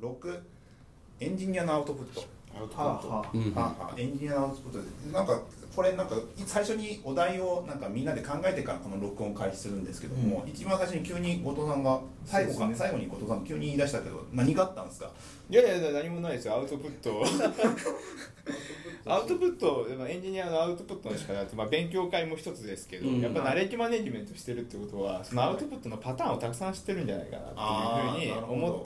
6エンジニアのアウトプットエンジニアのアウトプットでなんかこれなんか最初にお題をなんかみんなで考えてからこの録音を開始するんですけども、一番最初に急に後藤さんが最後に後藤さんが急に言い出したけど何があったんですか？ いや何もないですよ。アウトプットアウトプットエンジニアのアウトプットの仕方って、勉強会も一つですけど、やっぱナレッジマネジメントしてるってことはそのアウトプットのパターンをたくさん知ってるんじゃないかなっていうふうに思って、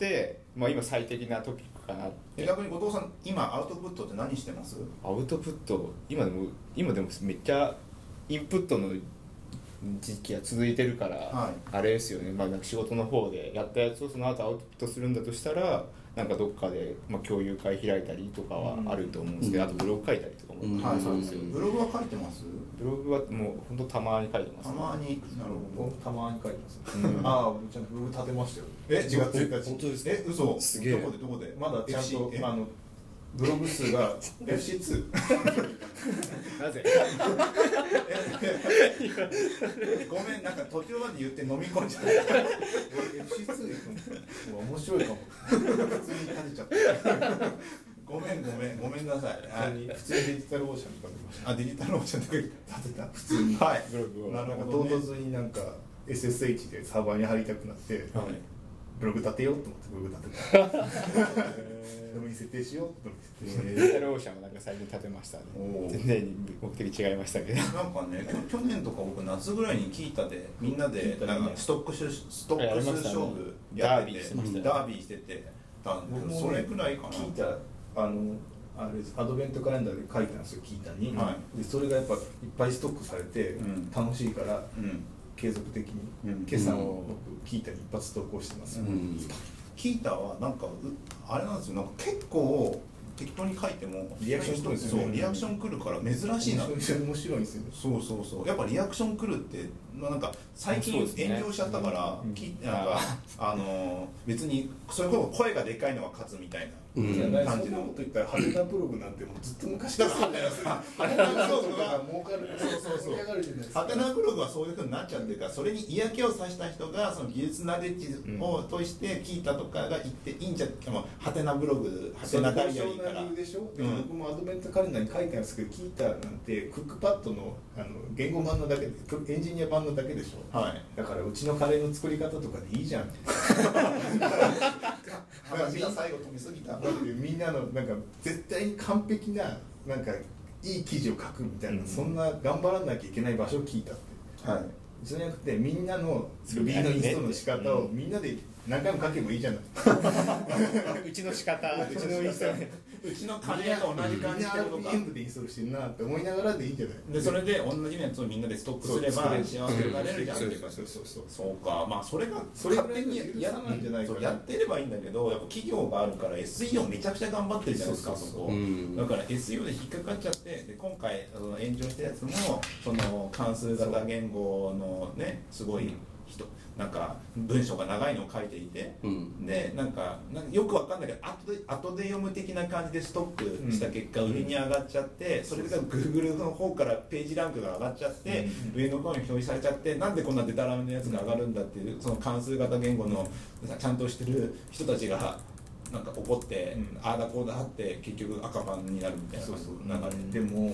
今最適なトピックかなって。 逆に後藤さん今アウトプットって何してます？ アウトプット今でもめっちゃインプットの時期が続いてるから、あれですよね、なんか仕事の方でやったやつをその後アウトプットするんだとしたらなんかどっかで、共有会開いたりとかはあると思うんですけど、あとブログ書いたりとかも、そうですよね。 ブログは書いてます？ ブログはもう本当たまに書いてます、 たまに。なるほど。 たまに書いてます。ちゃんとブログ立てましたよ。 4月1日。 本当ですか？ 嘘。 すげえ。 どこで？ まだちゃんとブログ数が FC2 なぜごめん、なんか途中まで言って飲み込んじゃった FC2 面白いかも普通に立てちゃったごめんなさい。 普通にデジタルオーシャンに書きました。 デジタルオーシャンで立てた普通にブログをなんか唐突になんか SSH でサーバーに貼りたくなってブログ立てようと思ってブログ立てたドメイン設定しようと思ってデジタルオーシャンもなんか最近立てましたね。全然目的違いましたけどなんかね、去年とか僕夏ぐらいにキータでみんなでなんかストックス勝負やっててダービーしててそれぐらいかな。 キータあれアドベントカレンダーで書いたんですよ、キータに、でそれがやっぱいっぱいストックされて楽しいから、継続的に決算を僕キータに一発投稿してます。 キータはなんかあれなんですよ、なんか結構適当に書いてもリアクション来るんですよね。 リアクション来るから珍しいな。 面白いんですよね。 そうやっぱリアクション来るってなんか最近炎上しちゃったから、なんか別にそれこそ声がでかいのが勝つみたいな感じのこと言ったらハテナブログなんてもうずっと昔からそうだよ。 ハテナブログが儲かる。 ハテナブログはそういう風になっちゃってるから、それに嫌気をさした人がその技術ナレッジを通してキータとかが言っていいんじゃハテナブログハテナダイアリーからでしょ。僕もアドベントカレンダーに書いてあるんですけど、キータなんてクックパッドの言語版のだけでエンジニア版のだけでしょ。だからうちのカレーの作り方とかでいいじゃん。 みんな最後止めすぎた。 みんなのなんか絶対に完璧ななんかいい記事を書くみたいな、そんな頑張らなきゃいけない場所を聞いたって。じゃなくてみんなの Ruby のインストの仕方をみんなで何回も書けばいいじゃない。 うちの仕方、うちのインストうちのカレーと同じ感じでことか。全部でインストールしてるなって思いながらでいいんじゃない。 でそれで同じやつをみんなでストックすれば幸せになれるじゃんっていうか。そうか、それが勝手にやらないんじゃないか。やってればいいんだけど、やっぱ企業があるから SEO めちゃくちゃ頑張ってるじゃないですか。そこだから SEO で引っかかっちゃって、で今回炎上したやつもその関数型言語のねすごいなんか文章が長いのを書いていて、でなんかよくわかんないけど後で読む的な感じでストックした結果上に上がっちゃって、それが Google の方からページランクが上がっちゃって、上の方に表示されちゃって、なんでこんなデタラメなやつが上がるんだっていう、その関数型言語のちゃんとしてる人たちがなんか怒って、ああだこうだって結局赤版になるみたいな流れ。 でも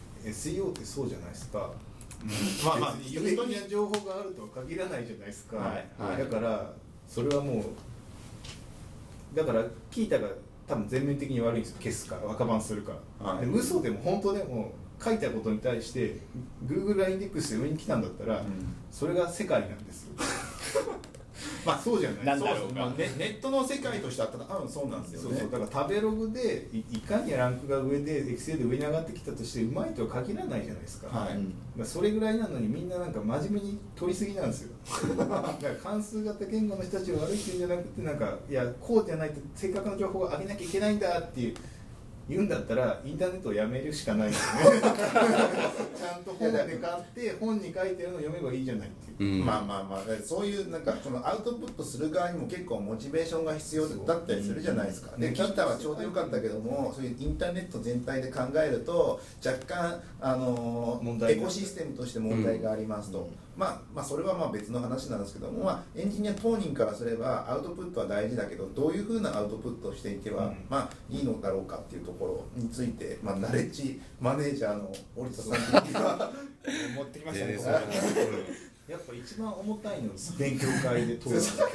SEO ってそうじゃないですか。有益な情報があるとは限らないじゃないですか。だからそれはもうだからキータが多分全面的に悪いんですよ。消すか若版するか、嘘でも本当でも書いたことに対して Google がインデックスで上に来たんだったら、それが世界なんですよ。そうじゃない。 なんだろうか。 ネットの世界としては多分そうなんですよね。 だから食べログでいかにランクが上で Excel で上に上がってきたとしてうまいとは限らないじゃないですか。それぐらいなのにみんななんか真面目に取りすぎなんですよ。だから関数型言語の人たちが悪いっていうんじゃなくて、なんかいやこうじゃないと正確な情報を上げなきゃいけないんだっていう言うんだったらインターネットをやめるしかないんですよね。ちゃんと本で買って本に書いてるのを読めばいいじゃないっていう。 そういうなんかそのアウトプットする側にも結構モチベーションが必要だったりするじゃないですか。でキータはちょうどよかったけども、そういうインターネット全体で考えると若干エコシステムとして問題がありますと。 まあそれはまあ別の話なんですけども、まあ、エンジニア当人からすればアウトプットは大事だけど、どういうふうなアウトプットをしていけば、まあいいのだろうかっていうところについて、まあ、ナレッジマネージャーの織田さんが持ってきましたね。 やっぱ一番重たいの勉強会で通す。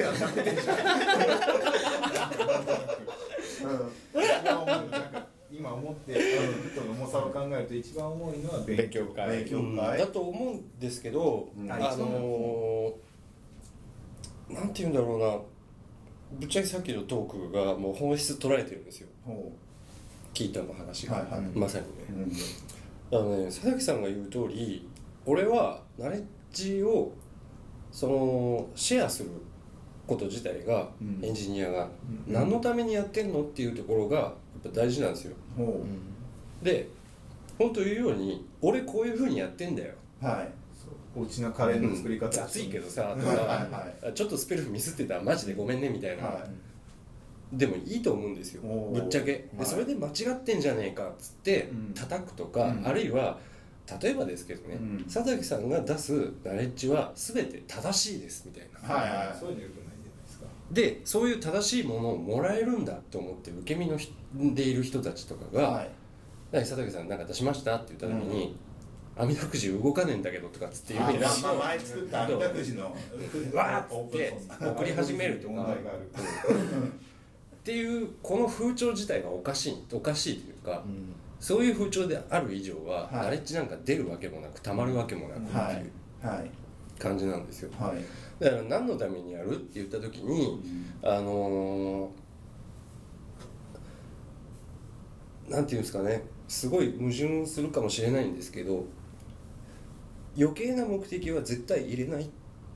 今思って人の重さを考えると一番重いのは勉強会だと思うんですけど、なんていうんだろうな、ぶっちゃけさっきのトークがもう本質捉えてるんですよ。聞いたの話が、まさにね。佐々木さんが言う通り、俺はナレッジをそのシェアすること自体が、エンジニアが何のためにやってんのっていうところがやっぱ大事なんですよ。で本当言うように、俺こういうふうにやってんだよ、 おうちのカレーの作り方、 雑いけどさとか、ちょっとスペルミスってたらマジでごめんねみたいな、でもいいと思うんですよ、ぶっちゃけ。でそれで間違ってんじゃねえかっつって叩くとか、あるいは例えばですけどね、佐々木さんが出すナレッジは全て正しいですみたいな、 そういうのよくないじゃないですか。 でそういう正しいものをもらえるんだと思って受け身のでいる人たちとかが「佐々木さん何か出しました?」って言った時に「網だくじ動かねえんだけど」とかっつって言うになると、 前作った網だくじのわーっって送り始めるとかっていう、この風潮自体がおかしいというか、そういう風潮である以上はナレッジなんか出るわけもなくたまるわけもなくっていう感じなんですよ。だから何のためにやるって言った時に、なんていうんですかね、すごい矛盾するかもしれないんですけど、余計な目的は絶対入れない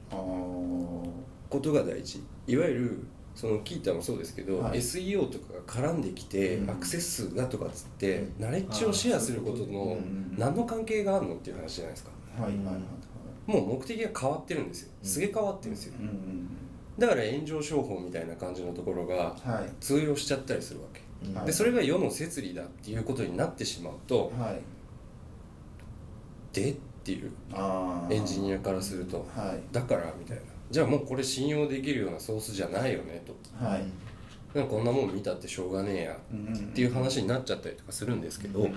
ことが大事。いわゆるそのキータもそうですけど、SEO とかが絡んできて、アクセス数がとかっつって、ナレッジをシェアすることの何の関係があるのっていう話じゃないですか。もう目的が変わってるんですよ。すげ変わってるんですよ。だから炎上商法みたいな感じのところが通用しちゃったりするわけ。でそれが世の摂理だっていうことになってしまうと、でっていうエンジニアからすると、だからみたいな、じゃあもうこれ信用できるようなソースじゃないよねと、なんかこんなもん見たってしょうがねえやっていう話になっちゃったりとかするんですけど、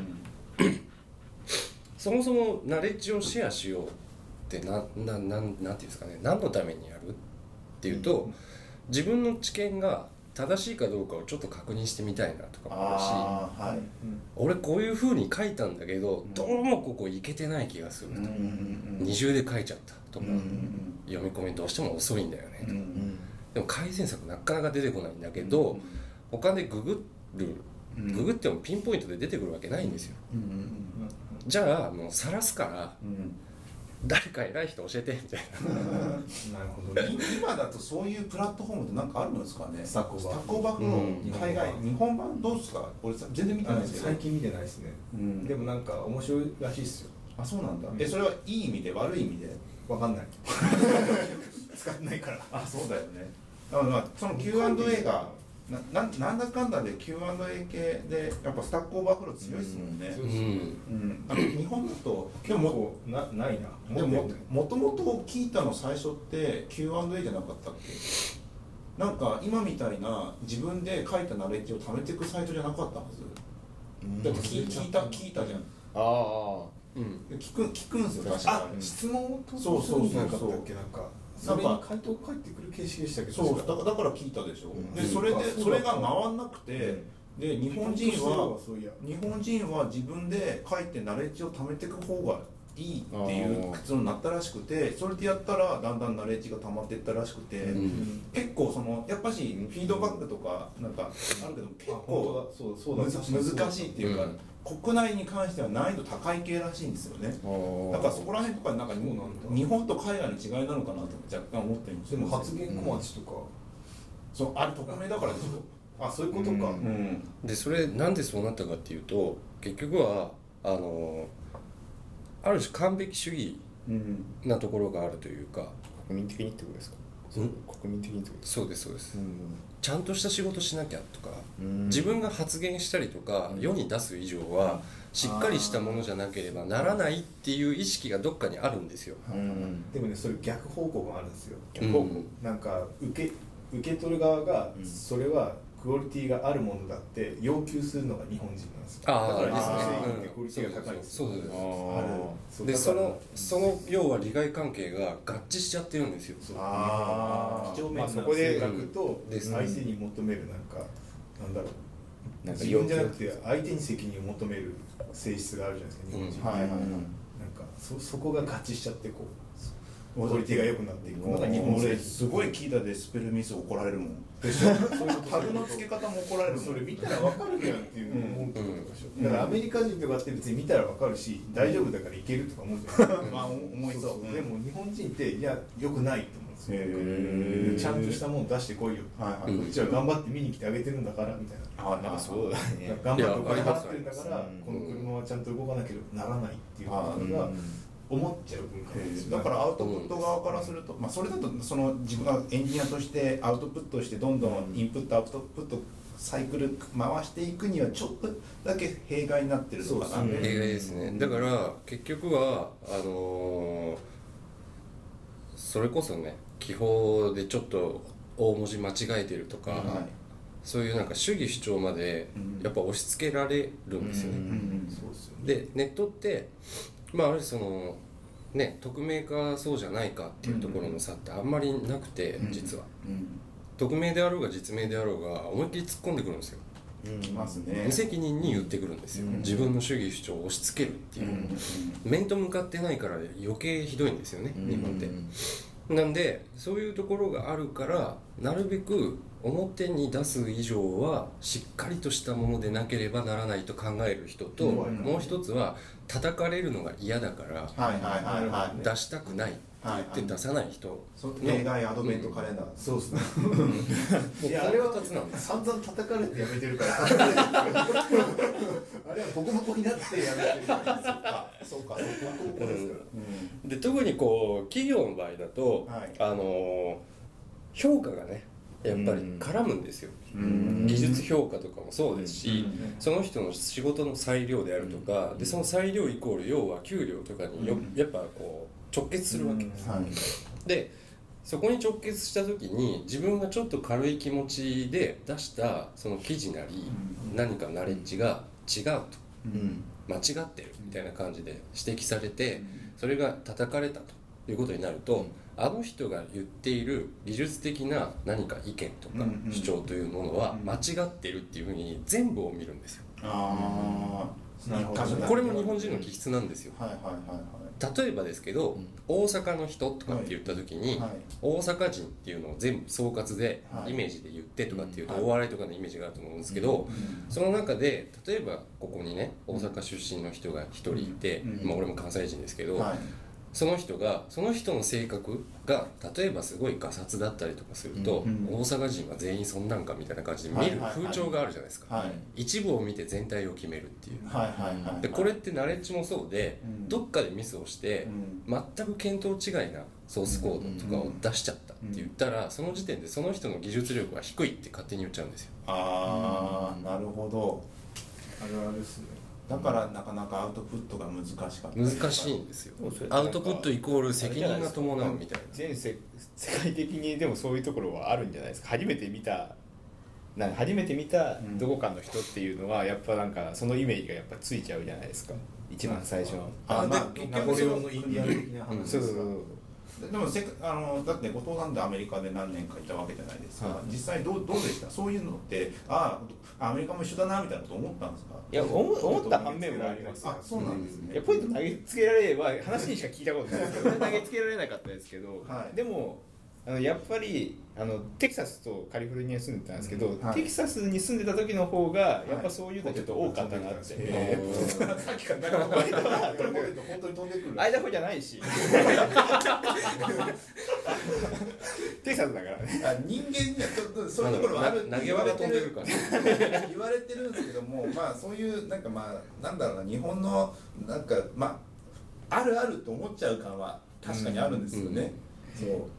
そもそもナレッジをシェアしようってなんていうんですかね、何のためにやるっていうと、自分の知見が正しいかどうかをちょっと確認してみたいなとかもあるし、俺こういう風に書いたんだけど、どうもここいけてない気がすると、二重で書いちゃったとか、読み込みどうしても遅いんだよねと、でも改善策なかなか出てこないんだけど、他でググってもピンポイントで出てくるわけないんですよ。じゃあもう晒すから、誰か偉い人教えてみたいな。なるほど。今だとそういうプラットフォームって何かあるんですかね。スタコバの海外日本版どうですか。俺全然見てないですけど。 最近見てないですね。でもなんか面白いらしいですよ。 あ、そうなんだ。それはいい意味で悪い意味でわかんない。使ってないから。 あ、そうだよね。その Q&A がなんだかんだで Q&A 系でやっぱスタックオーバーフロー強いですもんね。日本だと結構ないな。 でももともとキータの最初って Q&A じゃなかったっけ。なんか今みたいな自分で書いたナレッジを貯めていくサイトじゃなかったはず。だって聞いたじゃん。聞くんですよ確かに。 質問をそう。 なんかそれに回答返ってくる形式でしたけど、 そうだから聞いたでしょ。でそれが回んなくて、で日本人は自分で書いてナレッジを貯めていく方がいいっていう結論になったらしくて、それでやったらだんだんナレッジが溜まっていったらしくて、結構そのやっぱしフィードバックとかなんかあるけど結構難しいっていうか、国内に関しては難易度高い系らしいんですよね。だからそこら辺とかなんか日本と海外の違いなのかなと若干思ってるんですよ。でも発言小町とか、 そうあれ匿名だからでしょ。 あ、そういうことか。 でそれなんでそうなったかっていうと、結局はある種完璧主義なところがあるというか、 国民的にってことですか。 国民的にってこと？ そうですそうです、ちゃんとした仕事しなきゃとか、自分が発言したりとか世に出す以上はしっかりしたものじゃなければならないっていう意識がどっかにあるんですよ。 でもね、それ逆方向があるんですよ。逆方向、なんか受け取る側がそれはクオリティがあるものだって要求するのが日本人なんですよ。だから日本人ってクオリティが高いんですよ。 そうです。でその要は利害関係が合致しちゃってるんですよ。 几帳面な性格と相手に求めるなんだろう、自分じゃなくて相手に責任を求める性質があるじゃないですか、日本人。なんかそこが合致しちゃってこうクオリティが良くなっていくのが日本人。 俺すごい聞いたでスペルミス怒られるもん。でしょ。タグの付け方も怒られる。 それ見たら分かるじゃんっていうのを思うってことでしょ。だからアメリカ人とかって別に見たら分かるし大丈夫だからいけるとか思うじゃないですか。 まあ思いそう。 でも日本人っていや良くないと思うんですよ。ちゃんとしたもの出してこいよ。こっちは頑張って見に来てあげてるんだからみたいな。 なんかそうだね。 頑張ってお金払ってるんだからこの車はちゃんと動かなければならないっていうのが思っちゃう文化なんですよ。 だからアウトプット側からすると、それだとその自分がエンジニアとしてアウトプットしてどんどんインプットアウトプットサイクル回していくにはちょっとだけ弊害になってるのかな。 弊害ですね。だから結局はそれこそね、記法でちょっと大文字間違えてるとか、そういうなんか主義主張までやっぱ押し付けられるんですよね。でネットってあれそのね、匿名かそうじゃないかっていうところの差ってあんまりなくて、実は、匿名であろうが実名であろうが思いっきり突っ込んでくるんですよ。無責任に言ってくるんですよ。自分の主義主張を押し付けるっていう、面と向かってないから余計ひどいんですよね、日本って。なんでそういうところがあるからなるべく表に出す以上はしっかりとしたものでなければならないと考える人と、もう一つは叩かれるのが嫌だから出したくないって言って出さない人。 例外アドベントカレンダー。 そうですね。いやあれは2つなんです。散々叩かれてやめてるから。あれはボコボコになってやめてるから。そうか。 で特にこう企業の場合だと評価がねやっぱり絡むんですよ。技術評価とかもそうですし、その人の仕事の裁量であるとかで、その裁量イコール要は給料とかにやっぱこう直結するわけです。でそこに直結した時に自分がちょっと軽い気持ちで出したその記事なり何かナレッジが違うと、間違ってるみたいな感じで指摘されて、それが叩かれたということになると、あの人が言っている技術的な何か意見とか主張というものは間違ってるっていうふうに全部を見るんですよ。これも日本人の気質なんですよ。例えばですけど、大阪の人とかって言った時に、大阪人っていうのを全部総括でイメージで言ってとかっていうとお笑いとかのイメージがあると思うんですけど、その中で例えばここにね大阪出身の人が一人いて、俺も関西人ですけど、その人の性格が例えばすごいガサツだったりとかすると、大阪人は全員そんなんかみたいな感じで見る風潮があるじゃないですか。一部を見て全体を決めるっていう。でこれってナレッジもそうで、どっかでミスをして全く見当違いなソースコードとかを出しちゃったって言ったら、その時点でその人の技術力が低いって勝手に言っちゃうんですよ。 なるほど。 あるあるですね。 だからなかなかアウトプットが難しかった。 難しいんですよ。アウトプットイコール責任が伴うみたいな。 全世界的にでもそういうところはあるんじゃないですか。初めて見たどこかの人っていうのはやっぱなんかそのイメージがやっぱついちゃうじゃないですか。一番最初の。 ナポレオンのインディアン的な話ですか。 でもだって後藤さんってアメリカで何年かいたわけじゃないですか。実際どうでした？そういうのってアメリカも一緒だなみたいなこと思ったんですか？ いや思った反面もあります。 そうなんですね。 いやポイント投げつけられれば話にしか聞いたことないですけど投げつけられなかったですけど、でもやっぱりテキサスとカリフォルニアに住んでたんですけど、テキサスに住んでた時の方がやっぱそういうのちょっと多かったなって。さっきから本当に飛んでくる。アイダホじゃないし。テキサスだからね。 人間にはちょっとそういうところはあるって言われてるんですけども、そういうなんかなんだろうな、日本のなんかあるあると思っちゃう感は確かにあるんですよね。そう。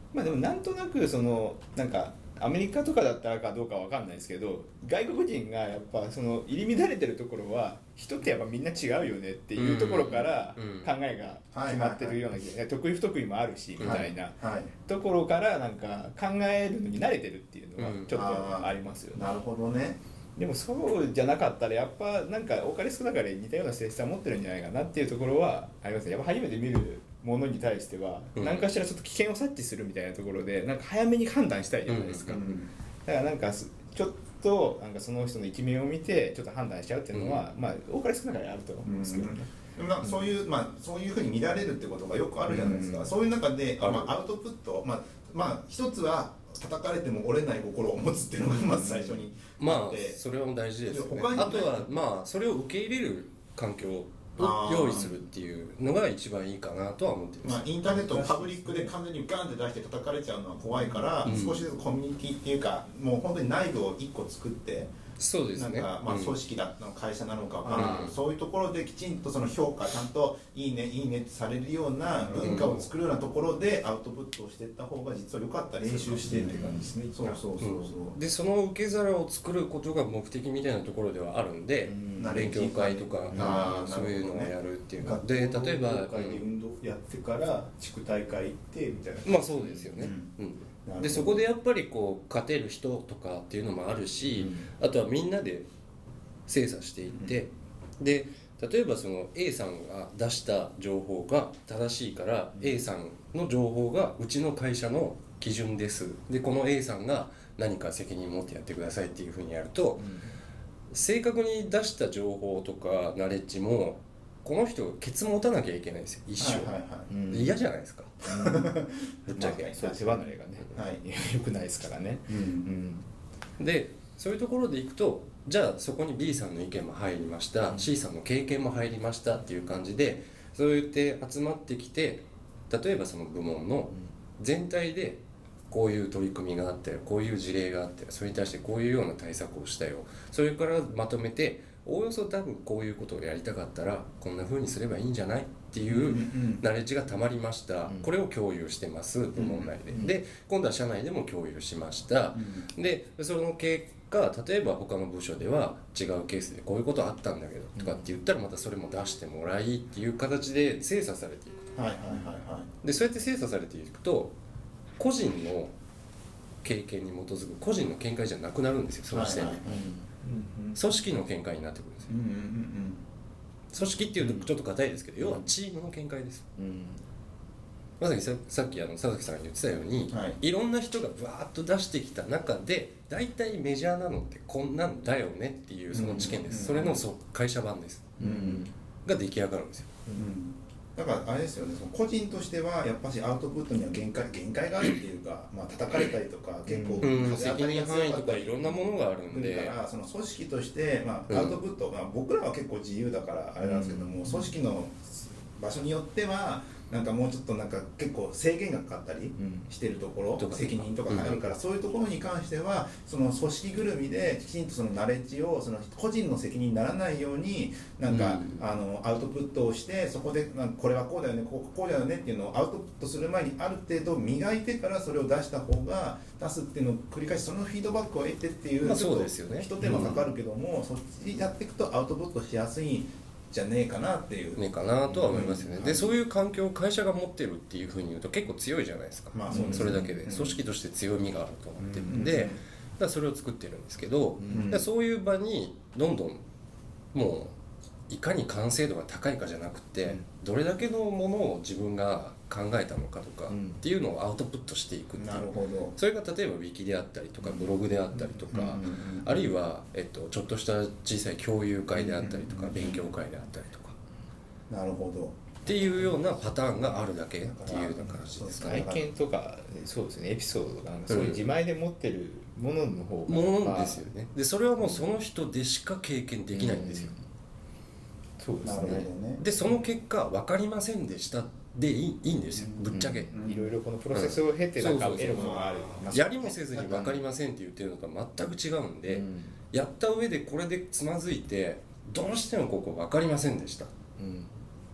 まあでもなんとなくそのなんかアメリカとかだったらかどうかわかんないですけど、外国人がやっぱその入り乱れてるところは人ってやっぱみんな違うよねっていうところから考えが決まってるような気が、得意不得意もあるしみたいなところからなんか考えるのに慣れてるっていうのはちょっとありますよね。 なるほどね。 でもそうじゃなかったらやっぱなんか多かれ少なかれ似たような性質は持ってるんじゃないかなっていうところはありますね。やっぱ初めて見るものに対しては何かしらちょっと危険を察知するみたいなところでなんか早めに判断したいじゃないですか。だからなんかちょっとなんかその人の一面を見てちょっと判断しちゃうっていうのは、まあ多かれ少なかれあると思うんですけどね。 でもそういう、そういうふうに見られるってことがよくあるじゃないですか。そういう中で、アウトプット、一つは叩かれても折れない心を持つっていうのがまず最初にあって、 それは大事ですよね。あとはそれを受け入れる環境を用意するっていうのが一番いいかなとは思っています。 インターネットをパブリックで完全にガンって出して叩かれちゃうのは怖いから、少しずつコミュニティっていうかもう本当に内部を1個作って、 そうですね、 なんか組織だの会社なのか分からないけど、そういうところできちんとその評価ちゃんといいねいいねってされるような文化を作るようなところでアウトプットをしていった方が実は良かったり練習してって感じですね。 でその受け皿を作ることが目的みたいなところではあるんで、勉強会とかそういうのをやるっていうので、例えば運動やってから地区大会行ってみたいな。 そうですよね。でそこでやっぱりこう勝てる人とかっていうのもあるし、あとはみんなで精査していって、で例えばその A さんが出した情報が正しいから、A さんの情報がうちの会社の基準です。でこの A さんが何か責任を持ってやってくださいっていうふうにやると、正確に出した情報とかナレッジもこの人がケツ持たなきゃいけないんですよ一生。嫌じゃないですか。ぶっちゃけそう手離れがね、良くないですからね。 でそういうところでいくと、じゃあそこに B さんの意見も入りました、C さんの経験も入りましたっていう感じで、そうやって集まってきて、例えばその部門の全体でこういう取り組みがあったよ、こういう事例があったよ、それに対してこういうような対策をしたよ、それからまとめて、おおよそ多分こういうことをやりたかったらこんな風にすればいいんじゃないっていうナレッジがたまりました。これを共有してます部門内で。で今度は社内でも共有しました。でその結果、例えば他の部署では違うケースでこういうことあったんだけどとかって言ったら、またそれも出してもらいっていう形で精査されていくと。でそうやって精査されていくと、個人の経験に基づく個人の見解じゃなくなるんですよ、その時点で。組織の見解になってくるんですよ。組織っていうとちょっと硬いですけど、要はチームの見解です。まさにさっき佐々木さんが言ってたように、いろんな人がブワーッと出してきた中で、大体メジャーなのってこんなんだよねっていうその知見です。それの会社版です、が出来上がるんですよ。 だからあれですよね、その個人としてはやっぱしアウトプットには限界があるっていうか、叩かれたりとか結構責任範囲とかいろんなものがあるんで、 その組織として、アウトプットが、僕らは結構自由だからあれなんですけども、組織の場所によってはなんかもうちょっとなんか結構制限がかかったりしてるところ、責任とか入るから、そういうところに関してはその組織ぐるみできちんとそのナレッジをその個人の責任にならないようになんか、アウトプットをして、そこでなんかこれはこうだよね、こうだよねっていうのをアウトプットする前にある程度磨いてからそれを出した方が、出すっていうのを繰り返しそのフィードバックを得てっていう、 そうですよね、 一手間かかるけども、そっちやっていくとアウトプットしやすいじゃねえかなっていうねかなとは思いますよね。でそういう環境を会社が持ってるっていうふうに言うと結構強いじゃないですか。それだけで組織として強みがあると思ってるんで、だからそれを作ってるんですけど、そういう場にどんどんもういかに完成度が高いかじゃなくて、どれだけのものを自分が考えたのかとかっていうのをアウトプットしていくっていう、それが例えばウィキであったりとかブログであったりとか、あるいは、ちょっとした小さい共有会であったりとか、勉強会であったりとか、 なるほどっていうようなパターンがあるだけっていうような感じですかね。 体験とかそうですね、エピソードとかそういう自前で持ってるものの方がですよね。でそれはもうその人でしか経験できないんですよ。 そうですね。 でその結果分かりませんでしたでいいんですよ、ぶっちゃけ。 いろいろこのプロセスを経てなんか得るものがある。 やりもせずに分かりませんって言ってるのとは全く違うんで、やった上でこれでつまずいてどうしてもここ分かりませんでした。 そ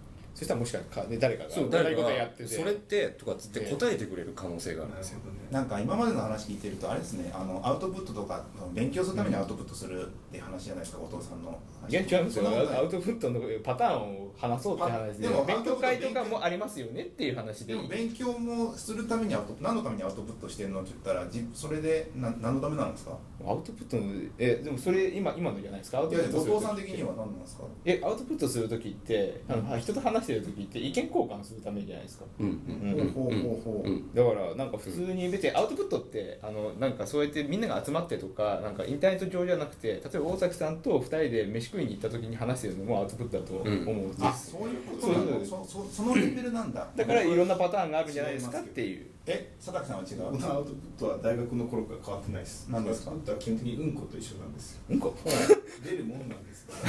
そしたらもしかしたら誰かがそう誰かがやっててそれってとかつって答えてくれる可能性があるんですよ。 なんか今までの話聞いてるとあれですね、アウトプットとか勉強するためにアウトプットするって話じゃないですか、後藤さんの話。 いや違うんですよ。アウトプットのパターンを話そうって話で、勉強会とかもありますよねっていう話で。 でも勉強もするために何のためにアウトプットしてるのって言ったらそれで何のためなんですか？ アウトプットのでもそれ今のじゃないですか。アウトプットする後藤さん的には何なんですか？ アウトプットする時って人と話してる時って意見交換するためじゃないですか。だからなんか普通に別にアウトプットってなんかそうやってみんなが集まってとかなんかインターネット上じゃなくて、例えば大崎さんと2人で飯食いに行った時に話してるのもアウトプットだと思うんです。 あ、そういうことなんだ。そのレベルなんだ。 だからいろんなパターンがあるんじゃないですかっていう。 佐竹さんは違う？ 僕のアウトプットは大学の頃から変わってないです。 何ですか？ アウトプットは基本的にうんこと一緒なんですよ。 うんこ？ 出るもんなんですから。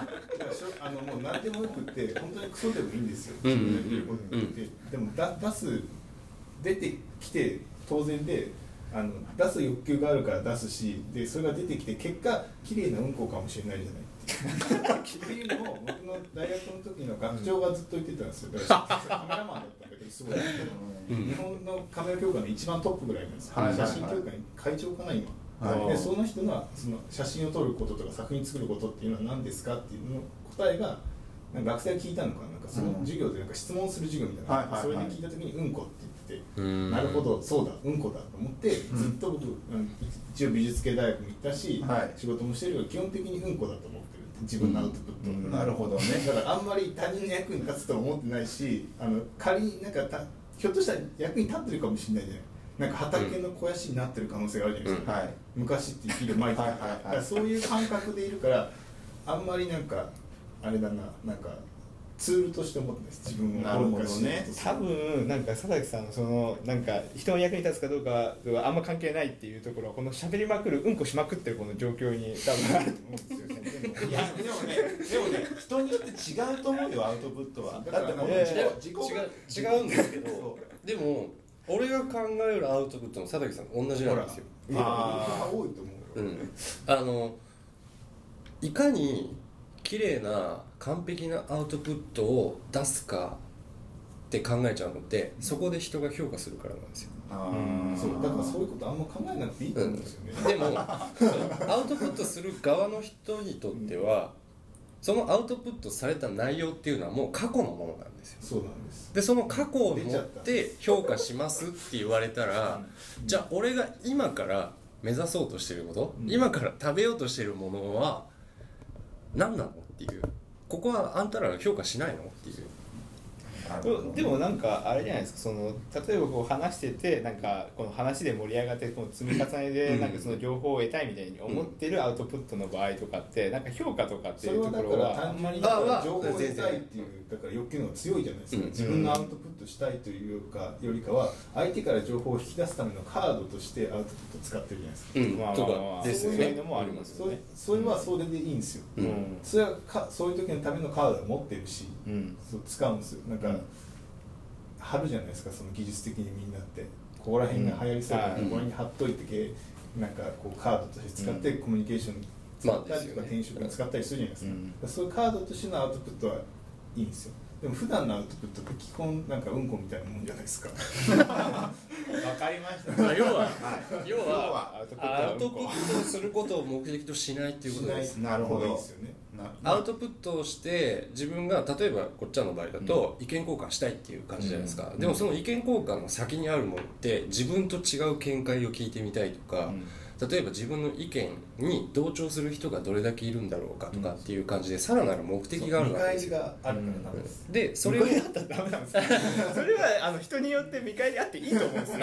もう何でもよくって本当にクソでもいいんですよ。自分で出ることってでも出てきて当然で出す欲求があるから出すし、でそれが出てきて結果綺麗なうんこかもしれないじゃない。っていうのを僕の大学の時の学長がずっと言ってたんですよ。だからカメラマンだったんだけどすごいですけど、日本のカメラ協会の一番トップぐらいなんですよ。写真協会会長かな今。でその人がその写真を撮ることとか作品作ることっていうのは何ですかっていうの答えがなんか学生が聞いたのかなんかその授業でなんか質問する授業みたいな、それで聞いた時にうんこって言ってて、なるほどそうだうんこだと思ってずっと僕一応美術系大学も行ったし、仕事もしてるけど基本的にうんこだと思ってる自分のアウトプット。 なるほどね。 だからあんまり他人の役に立つとは思ってないし、仮になんかひょっとしたら役に立ってるかもしれないじゃない。なんか畑の肥やしになってる可能性があるじゃないですか、昔って肥料まいてたそういう感覚でいるからあんまりなんかあれだな、なんかツールとして思ってないです自分を。 なるほどね。 多分なんか佐竹さんのそのなんか人の役に立つかどうかはあんま関係ないっていうところはこの喋りまくるうんこしまくってるこの状況に多分あると思うんですよね。 いやでもね人によって違うと思うよアウトプットは。だってもう違うんですけどでも俺が考えるアウトプットの佐竹さんと同じなんですよ。 多いと思うよ。 いかに綺麗な完璧なアウトプットを出すかって考えちゃうのってそこで人が評価するからなんですよ。 そうだからそういうことあんま考えなくていいと思うんですよね。 でもアウトプットする側の人にとってはそのアウトプットされた内容っていうのはもう過去のものなんですよ。 そうなんです。 でその過去を持って評価しますって言われたらじゃあ俺が今から目指そうとしてること、今から食べようとしてるものは何なのっていう、ここはあんたらが評価しないのっていう。 でもなんかあれじゃないですか、その例えばこう話しててなんかこの話で盛り上がってこの積み重ねでなんかその情報を得たいみたいに思ってるアウトプットの場合とかってなんか評価とかっていうところは単純に情報を得たいっていうだから欲求の方が強いじゃないですか。自分のアウトプットしたいというかよりかは相手から情報を引き出すためのカードとしてアウトプットを使ってるじゃないですか。 とかですよね。そういうのもありますよね。 それはそれでいいんですよ。それはそういう時のためのカードを持ってるし、使うんですよ。なんか貼るじゃないですか、その技術的にみんなってここら辺が流行りそうだからここら辺に貼っといてなんかこうカードとして使ってコミュニケーション使ったりとか転職に使ったりするじゃないですか。そういうカードとしてのアウトプットはいいんですよ。でも普段のアウトプットって基本なんかうんこみたいなもんじゃないですか。 わかりました。 要はアウトプットをすることを目的としないっていうことです。 なるほど。 アウトプットをして自分が例えばこっちの場合だと意見交換したいっていう感じじゃないですか。でもその意見交換の先にあるものって自分と違う見解を聞いてみたいとか、例えば自分の意見に同調する人がどれだけいるんだろうかとかっていう感じでさらなる目的があるわけですよ。 見返りがあるからなんです。 でそれを見返りあったらダメなんですよ。それは人によって見返りあっていいと思うんですよ。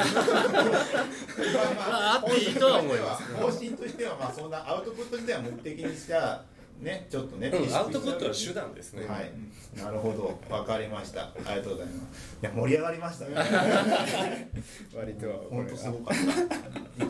あっていいとは思います。 方針としてはまあそんなアウトプット自体は目的にしちゃね、ちょっとね、 アウトプットは手段ですね。 はい、なるほど、わかりました。ありがとうございます。いや盛り上がりましたね。 割とは本当すごかった。